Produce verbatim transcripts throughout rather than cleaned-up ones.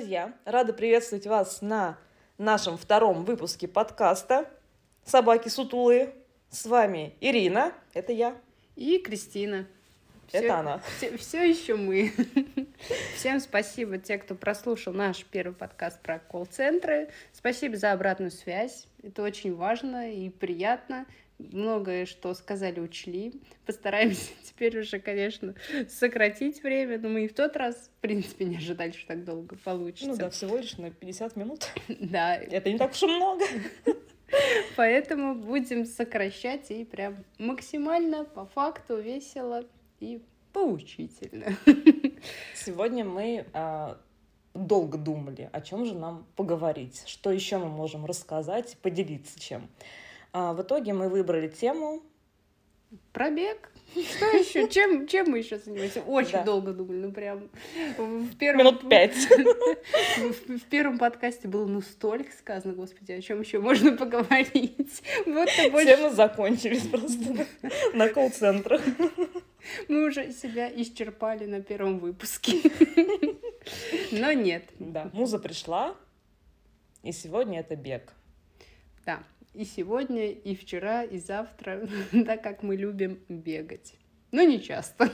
друзья! Рада приветствовать вас на нашем втором выпуске подкаста «Собаки сутулые». С вами Ирина, это я. И Кристина. Это все, она. Все, все еще мы. Всем спасибо, те, кто прослушал наш первый подкаст про колл-центры. Спасибо за обратную связь. Это очень важно и приятно. Многое, что сказали, учли. Постараемся теперь уже, конечно, сократить время. Но мы и в тот раз, в принципе, не ожидали, что так долго получится. Ну да, всего лишь на пятьдесят минут. Да. Это не так уж и много. Поэтому будем сокращать и прям максимально по факту весело и поучительно. Сегодня мы а, долго думали, о чем же нам поговорить, что еще мы можем рассказать, поделиться чем. А, в итоге мы выбрали тему пробег. Что еще? Чем, чем мы еще занимаемся? Очень да. долго думали, ну прям в первом... Минут пять. В, в первом подкасте было ну столько сказано, господи, о чем еще можно поговорить? Вот больше... Темы закончились просто на колл-центрах. Мы уже себя исчерпали на первом выпуске. Но нет. Да, муза пришла, и сегодня это бег. Да. И сегодня, и вчера, и завтра, так как мы любим бегать. Но не часто.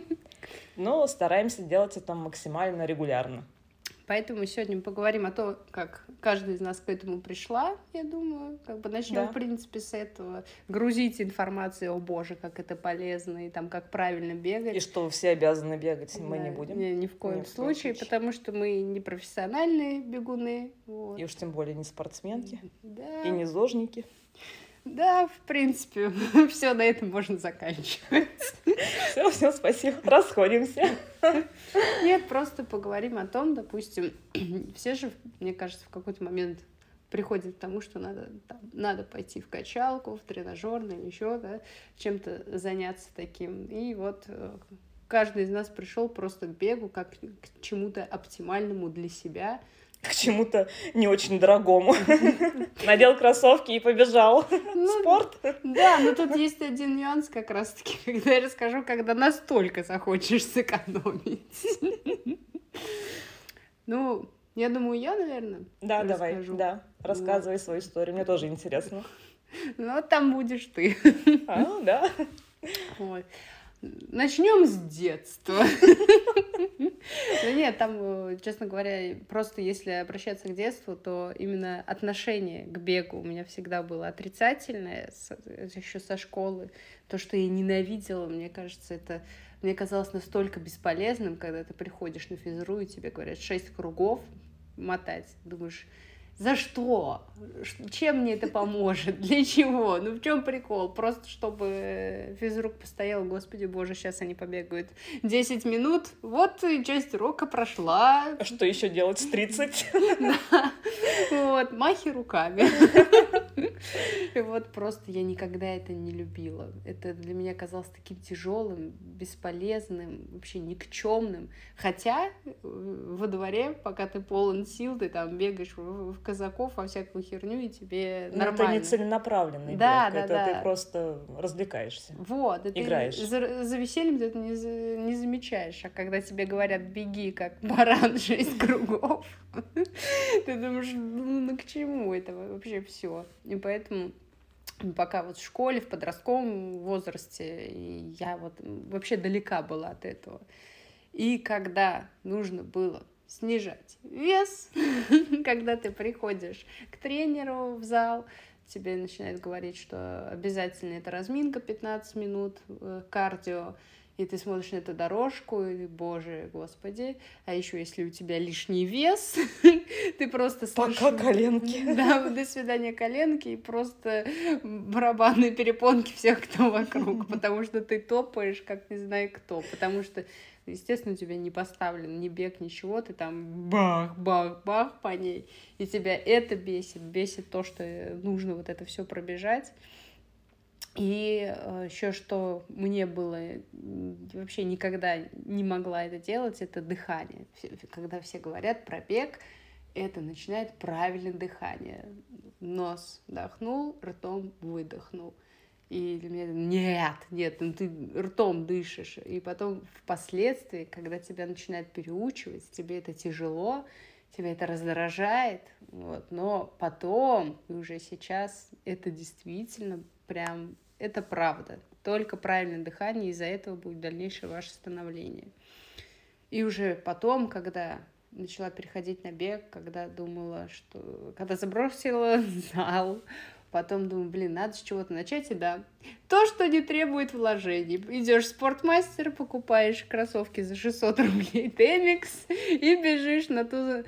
Но стараемся делать это максимально регулярно. Поэтому сегодня мы поговорим о том, как каждая из нас к этому пришла, я думаю. Как бы начнем, да. в принципе, с этого. Грузить информацию, о боже, как это полезно, и там, как правильно бегать. И что все обязаны бегать, да, мы не будем. Ни, ни в коем ни случае, в случае, потому что мы не профессиональные бегуны. Вот. И уж тем более не спортсменки, да. и не зожники. Да, в принципе, все на этом можно заканчивать. Все, все, спасибо. Расходимся. Нет, просто поговорим о том, допустим, все же, мне кажется, в какой-то момент приходят к тому, что надо, там, надо пойти в качалку, в тренажерный или еще, да, чем-то заняться таким. И вот каждый из нас пришел просто к бегу, как к чему-то оптимальному для себя. К чему-то не очень дорогому. Надел кроссовки и побежал. Ну, спорт. Да, но тут есть один нюанс как раз-таки, когда я расскажу, когда настолько захочешь сэкономить. Ну, я думаю, я, наверное, Да, расскажу. давай, да. Рассказывай свою историю, мне тоже интересно. Ну, там будешь ты. А, да. Ой. Начнем с детства. Ну нет, там, честно говоря, просто если обращаться к детству, то именно отношение к бегу у меня всегда было отрицательное, еще со школы. То, что я ненавидела, мне кажется, это мне казалось настолько бесполезным, когда ты приходишь на физру, и тебе говорят шесть кругов мотать. Думаешь, за что? Чем мне это поможет? Для чего? Ну в чем прикол? Просто чтобы физрук постоял, господи боже, сейчас они побегают десять минут, вот и часть урока прошла. А что еще делать с тридцать? Да. Вот, махи руками. И вот просто я никогда это не любила. Это для меня казалось таким тяжелым, бесполезным, вообще никчемным. Хотя во дворе, пока ты полон сил, ты там бегаешь в казаков, во всякую херню, и тебе Но нормально. это не целенаправленный да, бег, да, это да. ты просто развлекаешься. Вот, и играешь. Ты за, за весельем ты это не, не замечаешь, а когда тебе говорят «беги, как баран, шесть кругов», ты думаешь, ну к чему это вообще все? И поэтому пока вот в школе, в подростковом возрасте я вот вообще далека была от этого. И когда нужно было снижать вес, когда ты приходишь к тренеру в зал, тебе начинают говорить, что обязательно это разминка пятнадцать минут, кардио, и ты смотришь на эту дорожку, и, боже, господи, а еще если у тебя лишний вес, ты просто слышишь... Пока коленки. Да, до свидания коленки, и просто барабанные перепонки всех, кто вокруг, потому что ты топаешь, как не знаю кто, потому что естественно, у тебя не поставлен ни бег, ничего, ты там бах-бах-бах по ней, и тебя это бесит, бесит то, что нужно вот это все пробежать. И еще что мне было, вообще никогда не могла это делать, это дыхание. Когда все говорят про бег, это начинает правильное дыхание. Нос вдохнул, ртом выдохнул. И для меня нет, нет, ну ты ртом дышишь. И потом впоследствии, когда тебя начинают переучивать, тебе это тяжело, тебя это раздражает, вот, но потом, и уже сейчас, это действительно прям, это правда. Только правильное дыхание, из-за этого будет дальнейшее ваше становление. И уже потом, когда начала переходить на бег, когда думала, что... Когда забросила зал, потом думаю, блин, надо с чего-то начать, и да. То, что не требует вложений. Идешь в спортмастер, покупаешь кроссовки за шестьсот рублей Темикс и бежишь на ту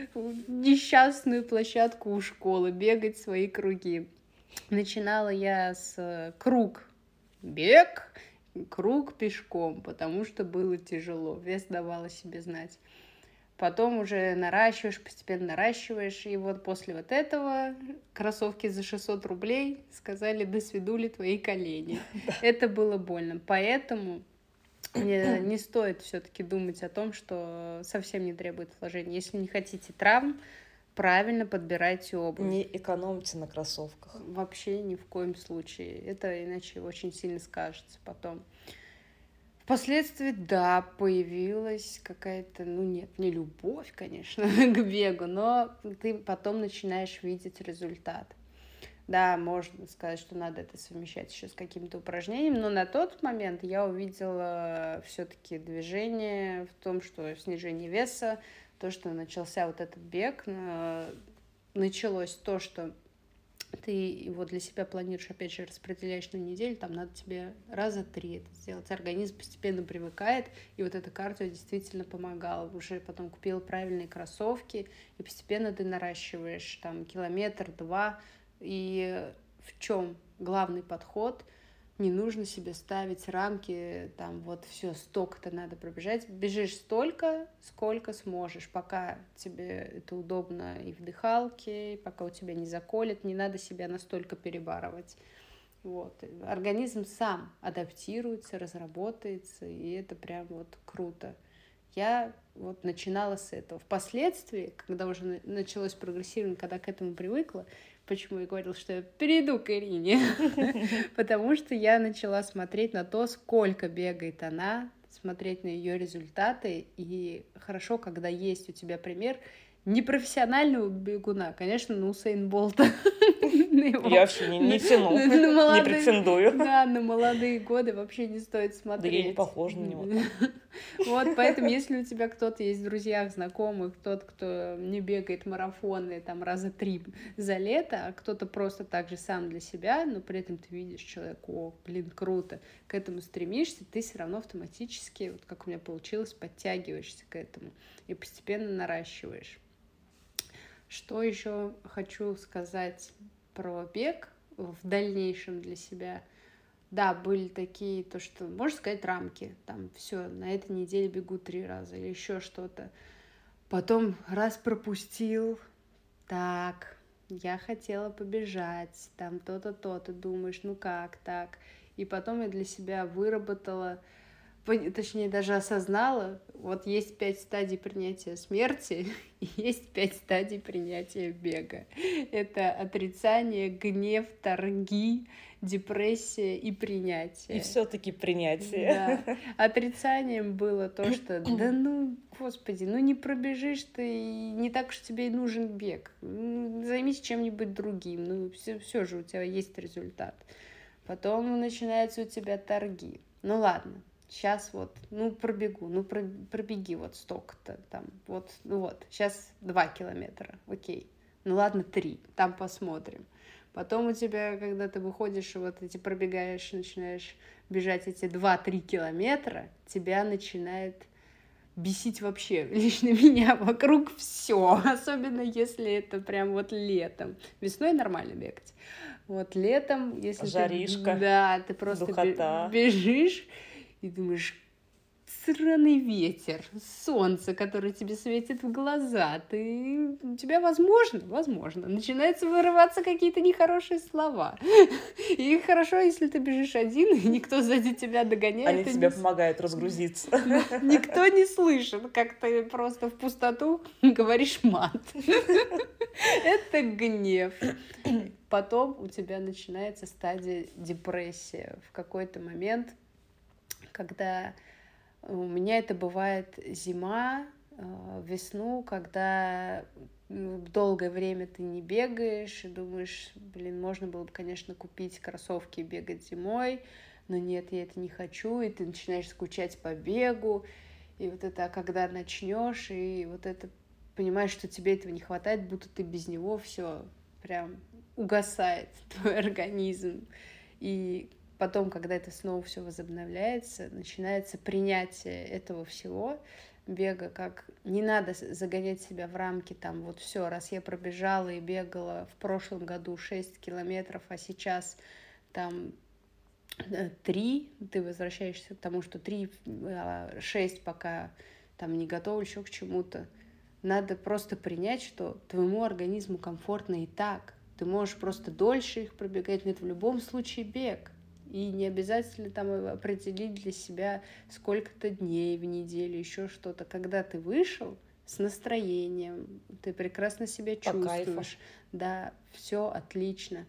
несчастную площадку у школы, бегать свои круги. Начинала я с круг бег, круг пешком, потому что было тяжело, вес давала себе знать. Потом уже наращиваешь, постепенно наращиваешь, и вот после вот этого кроссовки за шестьсот рублей сказали: до свидули твои колени. Это было больно, поэтому не, не стоит все-таки думать о том, что совсем не требует вложений. Если не хотите травм, правильно подбирайте обувь. Не экономьте на кроссовках. Вообще ни в коем случае. Это иначе очень сильно скажется потом. Впоследствии, да, появилась какая-то, ну нет, не любовь, конечно, к бегу, но ты потом начинаешь видеть результат. Да, можно сказать, что надо это совмещать еще с каким-то упражнением, но на тот момент я увидела все-таки движение в том, что снижение веса, то, что начался вот этот бег, началось то, что ты его для себя планируешь, опять же, распределяешь на неделю, там надо тебе раза три это сделать. Организм постепенно привыкает, и вот это кардио действительно помогало. Уже потом купила правильные кроссовки, и постепенно ты наращиваешь там километр-два. И в чем главный подход? Не нужно себе ставить рамки, там вот все, столько-то надо пробежать. Бежишь столько, сколько сможешь, пока тебе это удобно и в дыхалке, пока у тебя не заколет, не надо себя настолько перебарывать. Вот. Организм сам адаптируется, разработается, и это прям вот круто. Я вот начинала с этого. Впоследствии, когда уже началось прогрессирование, когда к этому привыкла, почему я говорила, что я перейду к Ирине, потому что я начала смотреть на то, сколько бегает она, смотреть на ее результаты, и хорошо, когда есть у тебя пример непрофессионального бегуна, конечно, на Усейн Болта. Я вообще не, не тяну, не претендую. Да, на молодые годы вообще не стоит смотреть. Да я не похожа на него. Вот, поэтому, если у тебя кто-то есть в друзьях, знакомых, тот, кто не бегает марафоны там раза три за лето, а кто-то просто так же сам для себя, но при этом ты видишь человека, о, блин, круто, к этому стремишься, ты все равно автоматически, вот как у меня получилось, подтягиваешься к этому и постепенно наращиваешь. Что еще хочу сказать про бег в дальнейшем для себя? Да, были такие, то что, можно сказать, рамки. Там все, на этой неделе бегу три раза или еще что-то. Потом раз пропустил, так, я хотела побежать, там то-то, то-то, думаешь, ну как так? И потом я для себя выработала, точнее, даже осознала, вот есть пять стадий принятия смерти, и есть пять стадий принятия бега. Это отрицание, гнев, торги, депрессия и принятие. И все-таки принятие. Да. Отрицанием было то, что да ну, господи, ну не пробежишь ты, не так уж тебе и нужен бег. Займись чем-нибудь другим, ну все, все же у тебя есть результат. Потом начинаются у тебя торги. Ну ладно. Сейчас вот, ну, пробегу, ну, пробеги вот столько-то, там, вот, ну вот, сейчас два километра, окей, ну, ладно, три, там посмотрим. Потом у тебя, когда ты выходишь, вот эти пробегаешь, начинаешь бежать эти два-три километра, тебя начинает бесить вообще, лично меня, вокруг все, особенно если это прям вот летом. Весной нормально бегать, вот летом, если жаришка, ты, да, ты просто духота. бежишь, и думаешь, сраный ветер, солнце, которое тебе светит в глаза, ты... у тебя возможно, возможно, начинаются вырываться какие-то нехорошие слова. И хорошо, если ты бежишь один, и никто сзади тебя догоняет. Они тебе не... помогают разгрузиться. Никто не слышит, как ты просто в пустоту говоришь мат. Это гнев. Потом у тебя начинается стадия депрессии. В какой-то момент, когда у меня это бывает зима, э, весну, когда долгое время ты не бегаешь и думаешь, блин, можно было бы, конечно, купить кроссовки и бегать зимой, но нет, я это не хочу, и ты начинаешь скучать по бегу, и вот это, а когда начнешь, и вот это понимаешь, что тебе этого не хватает, будто ты без него все прям угасает, твой организм. И потом, когда это снова все возобновляется, начинается принятие этого всего, бега, как не надо загонять себя в рамки, там, вот все, раз я пробежала и бегала в прошлом году шесть километров, а сейчас там три, ты возвращаешься к тому, что три, шесть пока там не готов еще к чему-то. Надо просто принять, что твоему организму комфортно и так. Ты можешь просто дольше их пробегать, но это в любом случае бег. И не обязательно там определить для себя сколько-то дней в неделю, еще что-то. Когда ты вышел с настроением, ты прекрасно себя чувствуешь. Да, все отлично.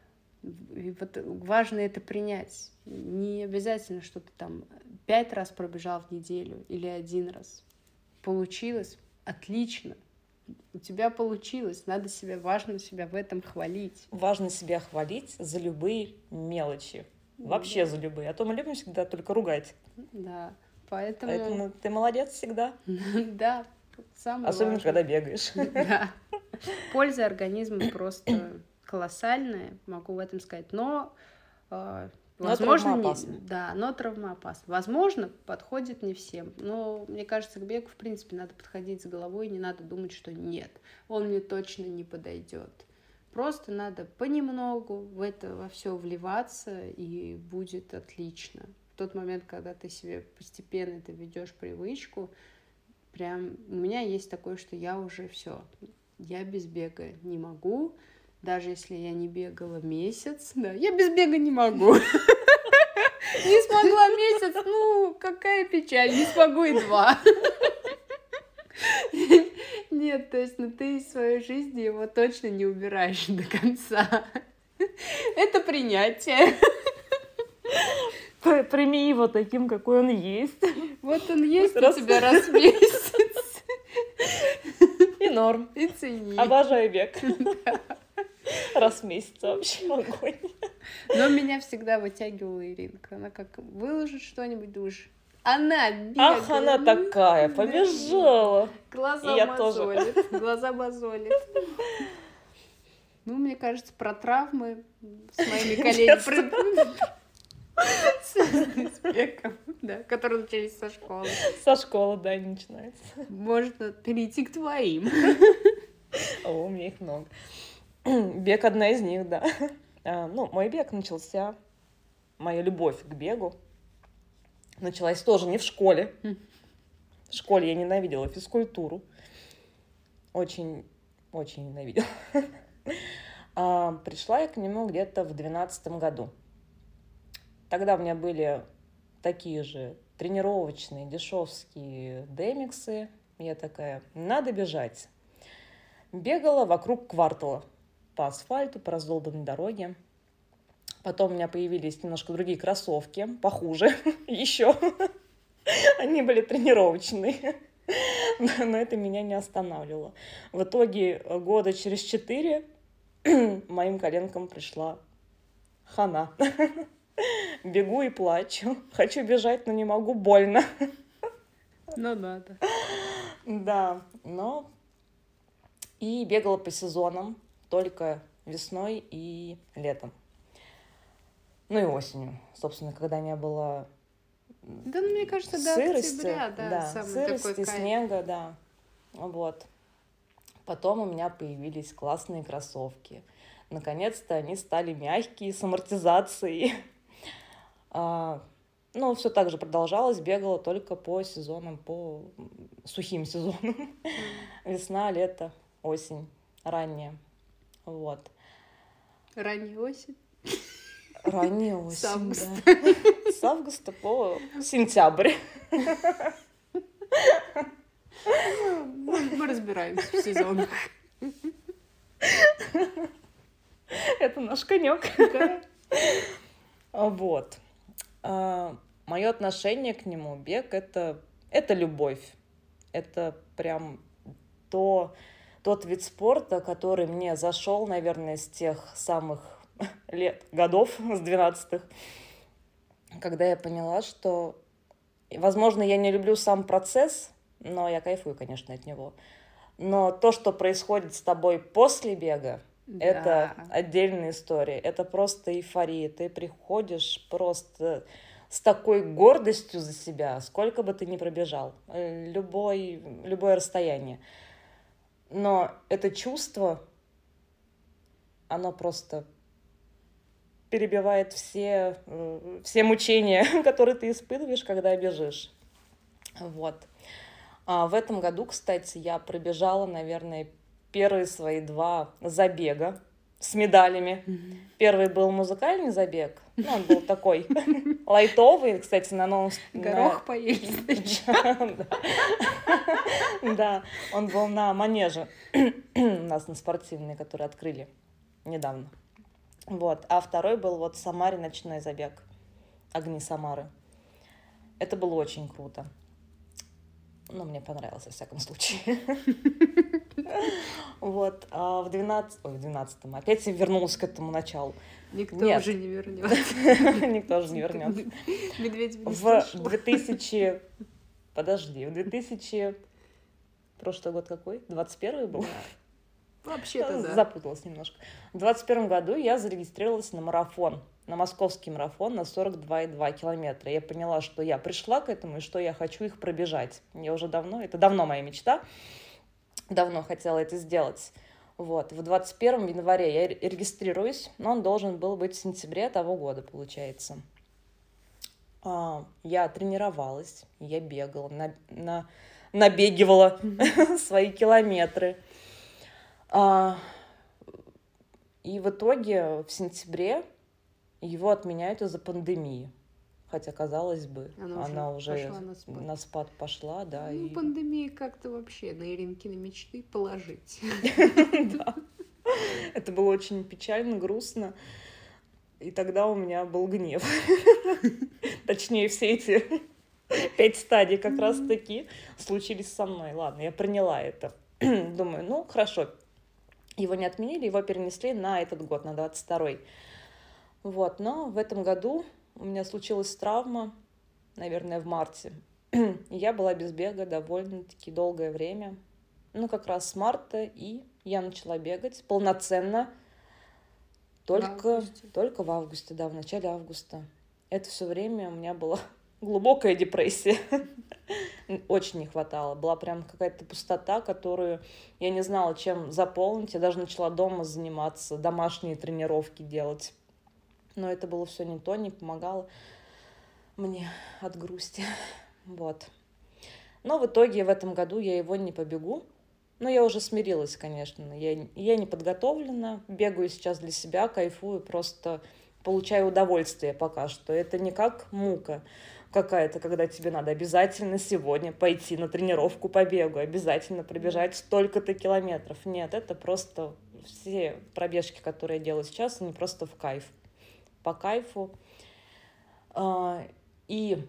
И вот важно это принять. Не обязательно, что ты там пять раз пробежал в неделю или один раз. Получилось? Отлично. У тебя получилось. Надо себя, важно себя в этом хвалить. Важно себя хвалить за любые мелочи. Вообще да. За любые. А то мы любим всегда только ругать. Да. Поэтому... Поэтому ты молодец всегда. Да. Самое Особенно, важное. когда бегаешь. Да. Польза организма просто колоссальная, могу в этом сказать. Но, э, возможно, но травмоопасно. Не, да, но травмоопасно. Возможно, подходит не всем. Но мне кажется, к бегу, в принципе, надо подходить с головой, не надо думать, что нет, он мне точно не подойдет. Просто надо понемногу в это во все вливаться, и будет отлично. В тот момент, когда ты себе постепенно это ведешь привычку, прям у меня есть такое, что я уже все, я без бега не могу. Даже если я не бегала месяц, да, я без бега не могу. Не смогла месяц, ну, какая печаль, не смогу и два. Нет, то есть, ну, ты из своей жизни его точно не убираешь до конца. Это принятие. Прими его таким, какой он есть. Вот он есть у тебя раз в месяц. И норм. И цени. Обожаю бег. Раз в месяц вообще огонь. Но меня всегда вытягивала Иринка. Она как выложит что-нибудь, думаешь, она бегает. Ах, она такая, побежала. Глаза мозолит. Глаза мозолит. Ну, мне кажется, про травмы с моими коллегами. Связанные с бегом, да, которые начались со школы. Со школы, да, не начинается. Можно перейти к твоим. О, у меня их много. Бег одна из них, да. А, ну, мой бег начался, моя любовь к бегу началась тоже не в школе. В школе я ненавидела физкультуру. Очень, очень ненавидела. А, пришла я к нему где-то в двенадцатом году. Тогда у меня были такие же тренировочные, дешевские демиксы. Я такая, надо бежать. Бегала вокруг квартала по асфальту, по раздолбанной дороге. Потом у меня появились немножко другие кроссовки, похуже еще. Они были тренировочные, но это меня не останавливало. В итоге года через четыре моим коленкам пришла хана. Бегу и плачу. Хочу бежать, но не могу, больно. Ну надо. Да, но... И бегала по сезонам, только весной и летом. Ну и осенью, собственно, когда не было да, ну, мне кажется, до сырости, октября, да, да, самый сырости, такой кайф. снега, да, вот. Потом у меня появились классные кроссовки. Наконец-то они стали мягкие, с амортизацией. А, ну, все так же продолжалось, бегала только по сезонам, по сухим сезонам. Mm. Весна, лето, осень, ранняя, вот. Ранняя осень? Ранняя осень, с августа. Да. С августа по сентябрь. Мы, мы разбираемся в сезонах. Это наш конек. Да. Вот. А, мое отношение к нему, бег, это, это любовь. Это прям то, тот вид спорта, который мне зашел, наверное, с тех самых лет, годов, с двенадцатых, когда я поняла, что, возможно, я не люблю сам процесс, но я кайфую, конечно, от него. Но то, что происходит с тобой после бега, Да. это отдельная история. Это просто эйфория. Ты приходишь просто с такой гордостью за себя, сколько бы ты ни пробежал, любой, любое расстояние. Но это чувство, оно просто перебивает все, все мучения, которые ты испытываешь, когда бежишь. Вот. А в этом году, кстати, я пробежала, наверное, первые свои два забега с медалями. Mm-hmm. Первый был музыкальный забег, ну, он был такой лайтовый, кстати, на новом... Горох поели. Да, он был на манеже у нас на спортивной, который открыли недавно. Вот. А второй был вот в Самаре ночной забег, огни Самары. Это было очень круто. Ну, мне понравилось, во всяком случае. Вот. А в двенадцатом... Ой, в двенадцатом. Опять я вернулась к этому началу. Никто уже не вернется. Никто уже не вернется. Медведь не В две тысячи... Подожди, в две тысячи... Прошлый год какой? двадцать первый был? Вообще-то да. Запуталась немножко. В двадцать первом году я зарегистрировалась на марафон, на московский марафон на сорок два и два километра. Я поняла, что я пришла к этому и что я хочу их пробежать. Я уже давно, это давно моя мечта, давно хотела это сделать. Вот. В двадцать первом январе я регистрируюсь, но он должен был быть в сентябре того года, получается. Я тренировалась, я бегала, на, на, набегивала свои километры. И в итоге в сентябре его отменяют из-за пандемии. Хотя, казалось бы, она, она уже, уже на, спад. на спад пошла, да. Ну, и... пандемия как-то вообще на Иринкины мечты положить. Да. Это было очень печально, грустно. И тогда у меня был гнев. Точнее, все эти пять стадий как раз-таки случились со мной. Ладно, я приняла это. Думаю, ну, хорошо. Его не отменили, его перенесли на этот год, на двадцать второй. Вот, но в этом году у меня случилась травма, наверное, в марте. И я была без бега довольно-таки долгое время. Ну, как раз с марта, и я начала бегать полноценно только в, только в августе, да, в начале августа. Это все время у меня была глубокая депрессия. Очень не хватало. Была прям какая-то пустота, которую я не знала, чем заполнить. Я даже начала дома заниматься, домашние тренировки делать. Но это было все не то, не помогало мне от грусти. Вот. Но в итоге в этом году я его не побегу. Но я уже смирилась, конечно. Я, я не подготовлена. Бегаю сейчас для себя, кайфую, просто получаю удовольствие пока что. Это не как мука какая-то, когда тебе надо обязательно сегодня пойти на тренировку по бегу, обязательно пробежать столько-то километров. Нет, это просто все пробежки, которые я делаю сейчас, они просто в кайф. По кайфу. И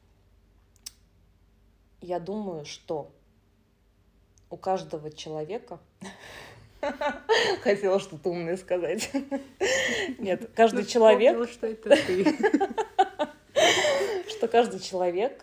я думаю, что у каждого человека... Хотела что-то умное сказать. Нет, каждый человек... что это ты. Что каждый человек,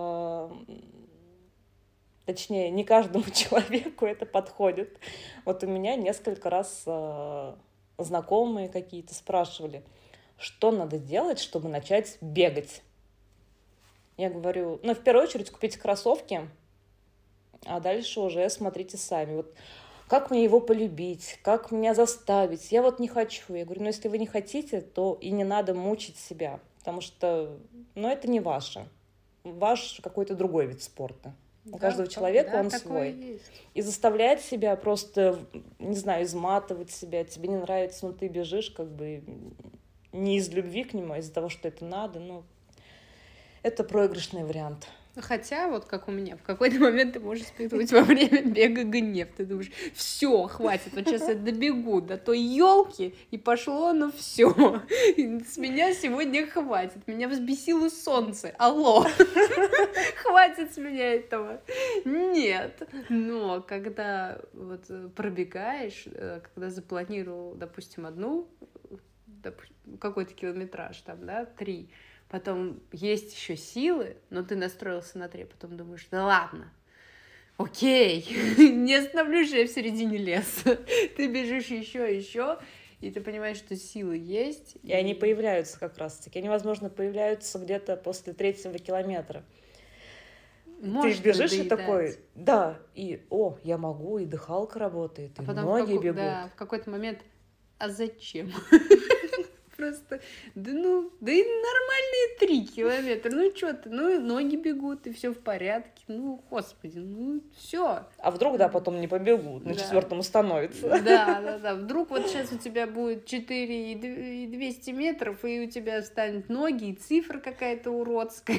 точнее, не каждому человеку это подходит. Вот у меня несколько раз знакомые какие-то спрашивали, что надо делать, чтобы начать бегать. Я говорю, ну, в первую очередь купите кроссовки, а дальше уже смотрите сами. Вот как мне его полюбить, как меня заставить? Я вот не хочу. Я говорю, ну, если вы не хотите, то и не надо мучить себя, потому что, ну, это не ваше. Ваш какой-то другой вид спорта. У да, каждого человека да, он свой. Есть. И заставлять себя просто, не знаю, изматывать себя, тебе не нравится, но ты бежишь как бы не из любви к нему, а из-за того, что это надо, ну, это проигрышный вариант. Хотя, вот как у меня, в какой-то момент ты можешь испытывать во время бега гнев. Ты думаешь, все, хватит, вот сейчас я добегу до той елки, и пошло, ну все. С меня сегодня хватит. Меня взбесило солнце. Алло, хватит с меня этого. Нет. Но когда вот пробегаешь, когда запланировал, допустим, одну, какой-то километраж, там, да, три, потом есть еще силы, но ты настроился на три, потом думаешь, да ладно, окей, не остановлюсь же я в середине леса. Ты бежишь еще, еще, и ты понимаешь, что силы есть. И, и... они появляются как раз-таки. Они, возможно, появляются где-то после третьего километра. Может, ты бежишь и такой, да, и о, я могу, и дыхалка работает, а и ноги как... бегут. Да, в какой-то момент, а зачем? Просто, да ну, да и нормальные три километра, ну что ты, ну ноги бегут, и все в порядке, ну, господи, ну, все. А вдруг, да, потом не побегут, на да. четвертом остановится. Да, да, да, вдруг вот сейчас у тебя будет четыре и двести метров, и у тебя станет ноги, и цифра какая-то уродская.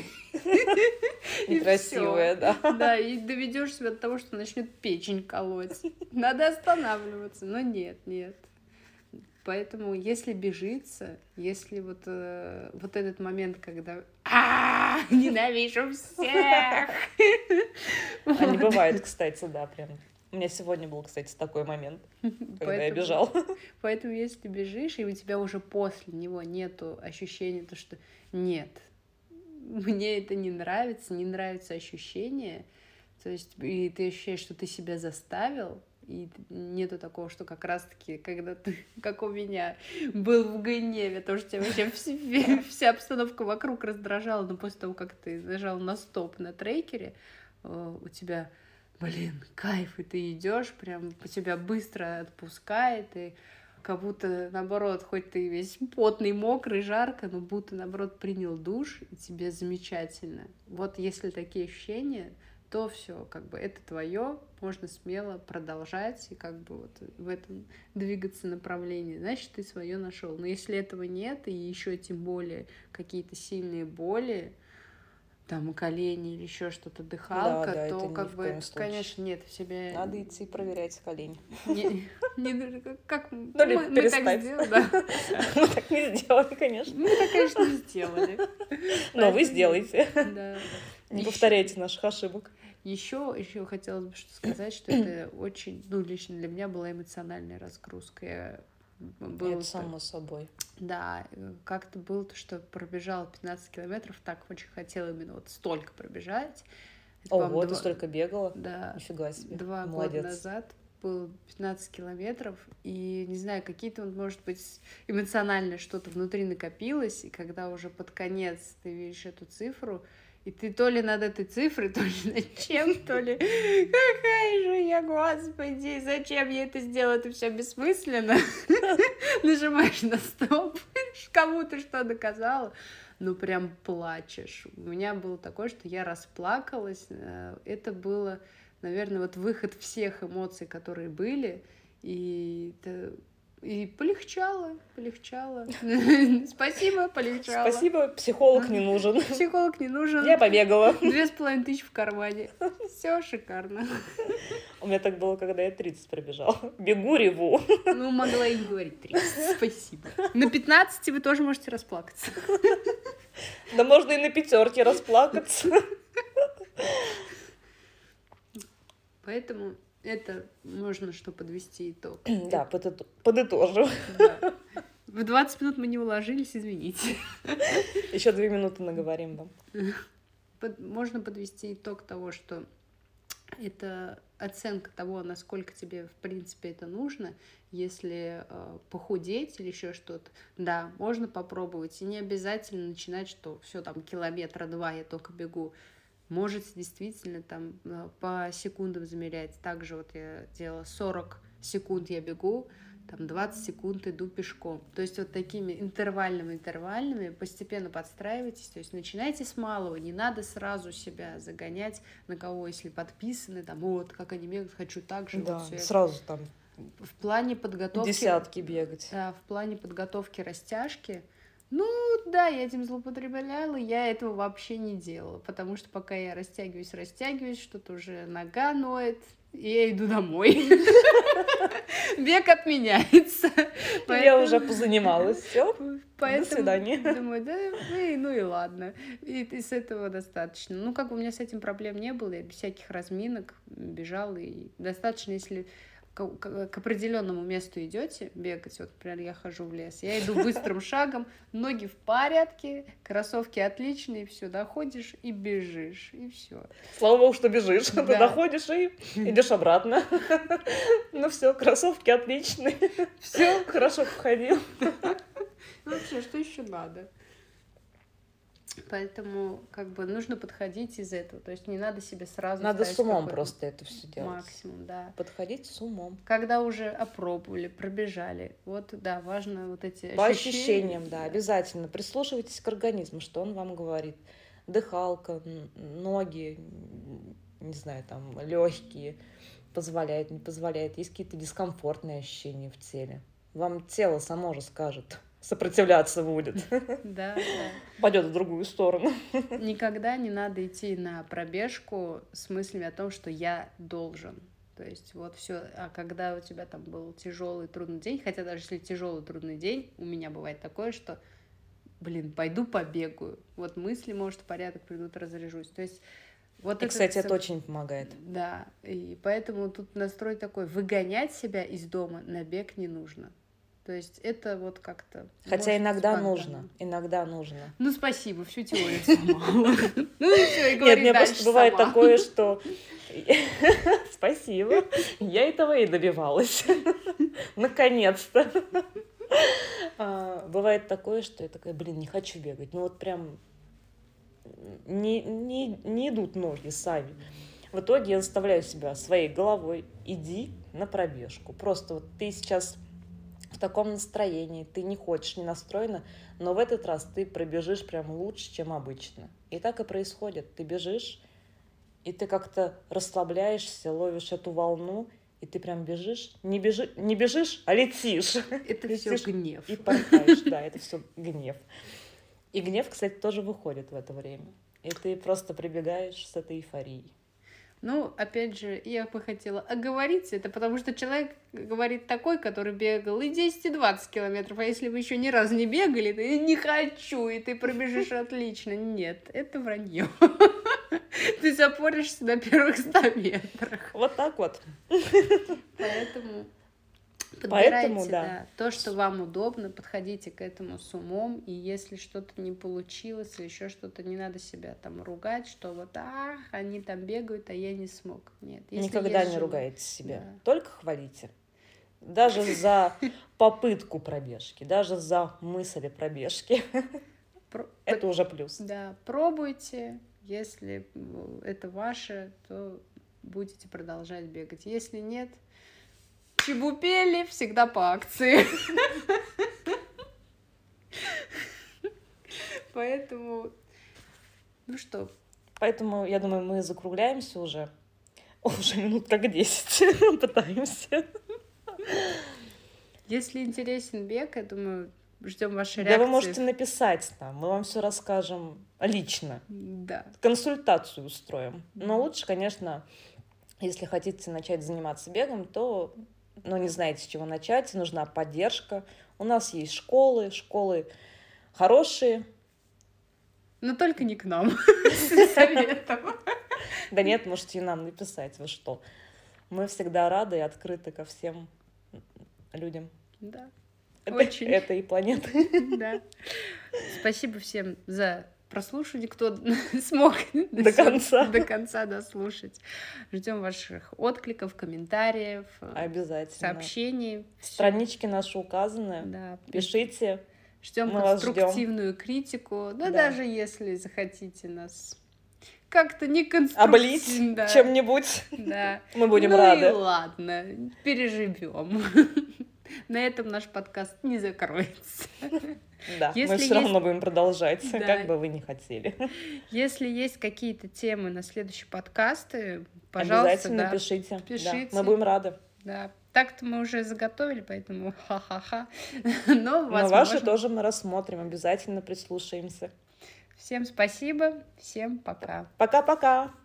Некрасивая, да. Да, и доведешь себя до того, что начнет печень колоть. Надо останавливаться, но нет, нет. Поэтому, если бежится, если вот, э, вот этот момент, когда ненавижу всех. А не бывает, кстати, да, прям. У меня сегодня был, кстати, такой момент, когда я бежал. Поэтому, если бежишь, и у тебя уже после него нету ощущения, то что нет, мне это не нравится, не нравится ощущение, то есть и ты ощущаешь, что ты себя заставил, и нету такого, что как раз-таки, когда ты, как у меня, был в гневе, то, что тебя вообще вся, вся обстановка вокруг раздражала, но после того, как ты нажал на стоп на трекере, у тебя, блин, кайф, и ты идешь, прям по тебя быстро отпускает, и как будто, наоборот, хоть ты весь потный, мокрый, жарко, но будто, наоборот, принял душ, и тебе замечательно. Вот если такие ощущения, то все, как бы это твое, можно смело продолжать и как бы вот в этом двигаться направлении. Значит, ты свое нашел. Но если этого нет, и еще тем более какие-то сильные боли, там колени или еще что-то, дыхалка, да, да, то как бы, конечно, нет в себе. Надо идти проверять колени. Не, не, как ну, мы, мы так сделали, да. Мы так не сделали, конечно. Мы так, конечно, не сделали. Но вы сделаете. Да. Не повторяйте наших ошибок. Еще, еще хотелось бы что сказать, что это очень, ну, лично для меня была эмоциональная разгрузка. Я было это само собой. Да, как-то было то, что пробежала пятнадцать километров, так очень хотела именно вот столько пробежать. Это, Ого, ты два... столько бегала? Да. Нифига себе. Два Молодец. года назад было пятнадцать километров, и, не знаю, какие-то, может быть, эмоционально что-то внутри накопилось, и когда уже под конец ты видишь эту цифру, и ты то ли над этой цифрой, то ли над чем, то ли какая же я, господи, зачем я это сделала, это все бессмысленно. Нажимаешь на стоп, кому ты что доказала, ну прям плачешь. У меня было такое, что я расплакалась, это было, наверное, вот выход всех эмоций, которые были, и это... И полегчало, полегчало. Спасибо, полегчало. Спасибо, психолог не нужен. Психолог не нужен. Я побегала. Две с половиной тысячи в кармане. Все шикарно. У меня так было, когда я тридцать пробежала. Бегу, реву. Ну, могла и не говорить тридцать. Спасибо. На пятнадцати вы тоже можете расплакаться. Да можно и на пятерке расплакаться. Поэтому... Это можно что подвести итог. Да, это... подытожу. Да. В двадцать минут мы не уложились, извините. Еще две минуты наговорим вам. Под... Можно подвести итог того, что это оценка того, насколько тебе, в принципе, это нужно. Если э, похудеть или еще что-то, да, можно попробовать. И не обязательно начинать, что все там километра два я только бегу. Можете действительно там по секундам замерять. Также вот я делала сорок секунд я бегу, там двадцать секунд иду пешком. То есть вот такими интервальными интервальными постепенно подстраивайтесь. То есть начинайте с малого, не надо сразу себя загонять, на кого, если подписаны, там, вот, как они бегают, хочу так же. Да, вот все сразу это. Там в плане подготовки... Десятки бегать. Да, в плане подготовки растяжки, Ну, да, я этим злоупотребляла, я этого вообще не делала, потому что пока я растягиваюсь, растягиваюсь, что-то уже нога ноет, и я иду домой. Бег отменяется. Я уже позанималась, все. До свидания. Думаю, да, ну, ну и ладно. И, и с этого достаточно. Ну, как бы у меня с этим проблем не было, я без всяких разминок бежала, и достаточно, если к, к, к определенному месту идете бегать, вот, например, я хожу в лес, я иду быстрым шагом, ноги в порядке, кроссовки отличные, все, доходишь и бежишь, и все. Слава богу, что бежишь, Да. ты доходишь и идешь обратно. Ну все, кроссовки отличные, все хорошо походил. Вообще, что еще надо? Поэтому как бы нужно подходить из этого. То есть не надо себе сразу... Надо с умом просто это все делать. Максимум, да. Подходить с умом. Когда уже опробовали, пробежали. Вот, да, важно вот эти По ощущения. ощущениям, да, обязательно. Прислушивайтесь к организму, что он вам говорит. Дыхалка, ноги, не знаю, там, легкие. Позволяет, не позволяет. Есть какие-то дискомфортные ощущения в теле. Вам тело само же скажет. Сопротивляться будет. Да, да. Пойдет в другую сторону. Никогда не надо идти на пробежку с мыслями о том, что я должен. То есть вот все. А когда у тебя там был тяжелый, трудный день, хотя даже если тяжелый, трудный день, у меня бывает такое, что, блин, пойду побегаю. Вот мысли, может, в порядок придут, разряжусь. То есть вот и, это, кстати, это очень помогает. Да, и поэтому тут настрой такой, выгонять себя из дома на бег не нужно. То есть это вот как-то... Хотя иногда нужно, иногда нужно. Ну, спасибо, всю теорию сломала. Ну, и все, и Нет, мне просто бывает такое, что... Спасибо, я этого и добивалась. Наконец-то. Бывает такое, что я такая, блин, не хочу бегать. Ну вот прям не, не, не идут ноги сами. В итоге я заставляю себя своей головой, иди на пробежку. Просто вот ты сейчас... в таком настроении, ты не хочешь, не настроена, но в этот раз ты пробежишь прям лучше, чем обычно. И так и происходит. Ты бежишь, и ты как-то расслабляешься, ловишь эту волну, и ты прям бежишь. Не, бежи, не бежишь, а летишь. Это летишь все гнев. И порхаешь, да, это все гнев. И гнев, кстати, тоже выходит в это время. И ты просто прибегаешь с этой эйфорией. Ну, опять же, я бы хотела оговорить это, потому что человек говорит такой, который бегал и десять, и двадцать километров, а если вы еще ни разу не бегали, то я не хочу, и ты пробежишь отлично. Нет, это вранье. Ты запоришься на первых ста метрах. Вот так вот. Поэтому... Поэтому, подбирайте, да. да, то, что вам удобно, подходите к этому с умом, и если что-то не получилось, или еще что-то, не надо себя там ругать, что вот, ах, они там бегают, а я не смог. Нет. Если никогда не желание... ругайте себя, да. Только хвалите. Даже за попытку пробежки, даже за мысли пробежки. Про... Это уже плюс. Да, пробуйте, если это ваше, то будете продолжать бегать. Если нет, чебупели всегда по акции. Поэтому, ну что. Поэтому, я думаю, мы закругляемся уже. Уже минут так десять пытаемся. Если интересен бег, я думаю, ждем вашей да реакции. вы можете написать нам, мы вам все расскажем лично. Да. Консультацию устроим. Но лучше, конечно, если хотите начать заниматься бегом, то... но не знаете, с чего начать, нужна поддержка. У нас есть школы, школы хорошие. Но только не к нам с советом. Да нет, можете и нам написать, вы что. Мы всегда рады и открыты ко всем людям. Да, очень. Этой планеты. Да. Спасибо всем за прослушивание, кто смог до конца, до конца дослушать. Ждем ваших откликов, комментариев, обязательно сообщений. Странички наши указаны. Да. Пишите. Ждем конструктивную критику. Да, да, даже если захотите нас как-то не конструктивно. Облить да. чем-нибудь. Да. Мы будем ну рады. И ладно, переживем. На этом наш подкаст не закроется. Да, Если мы все есть... равно будем продолжать, да. как бы вы ни хотели. Если есть какие-то темы на следующие подкасты, пожалуйста, Обязательно да, пишите. пишите. Да, мы будем рады. Да. Так-то мы уже заготовили, поэтому ха-ха-ха. Но, Но ваши тоже мы рассмотрим, обязательно прислушаемся. Всем спасибо, всем пока. Пока-пока.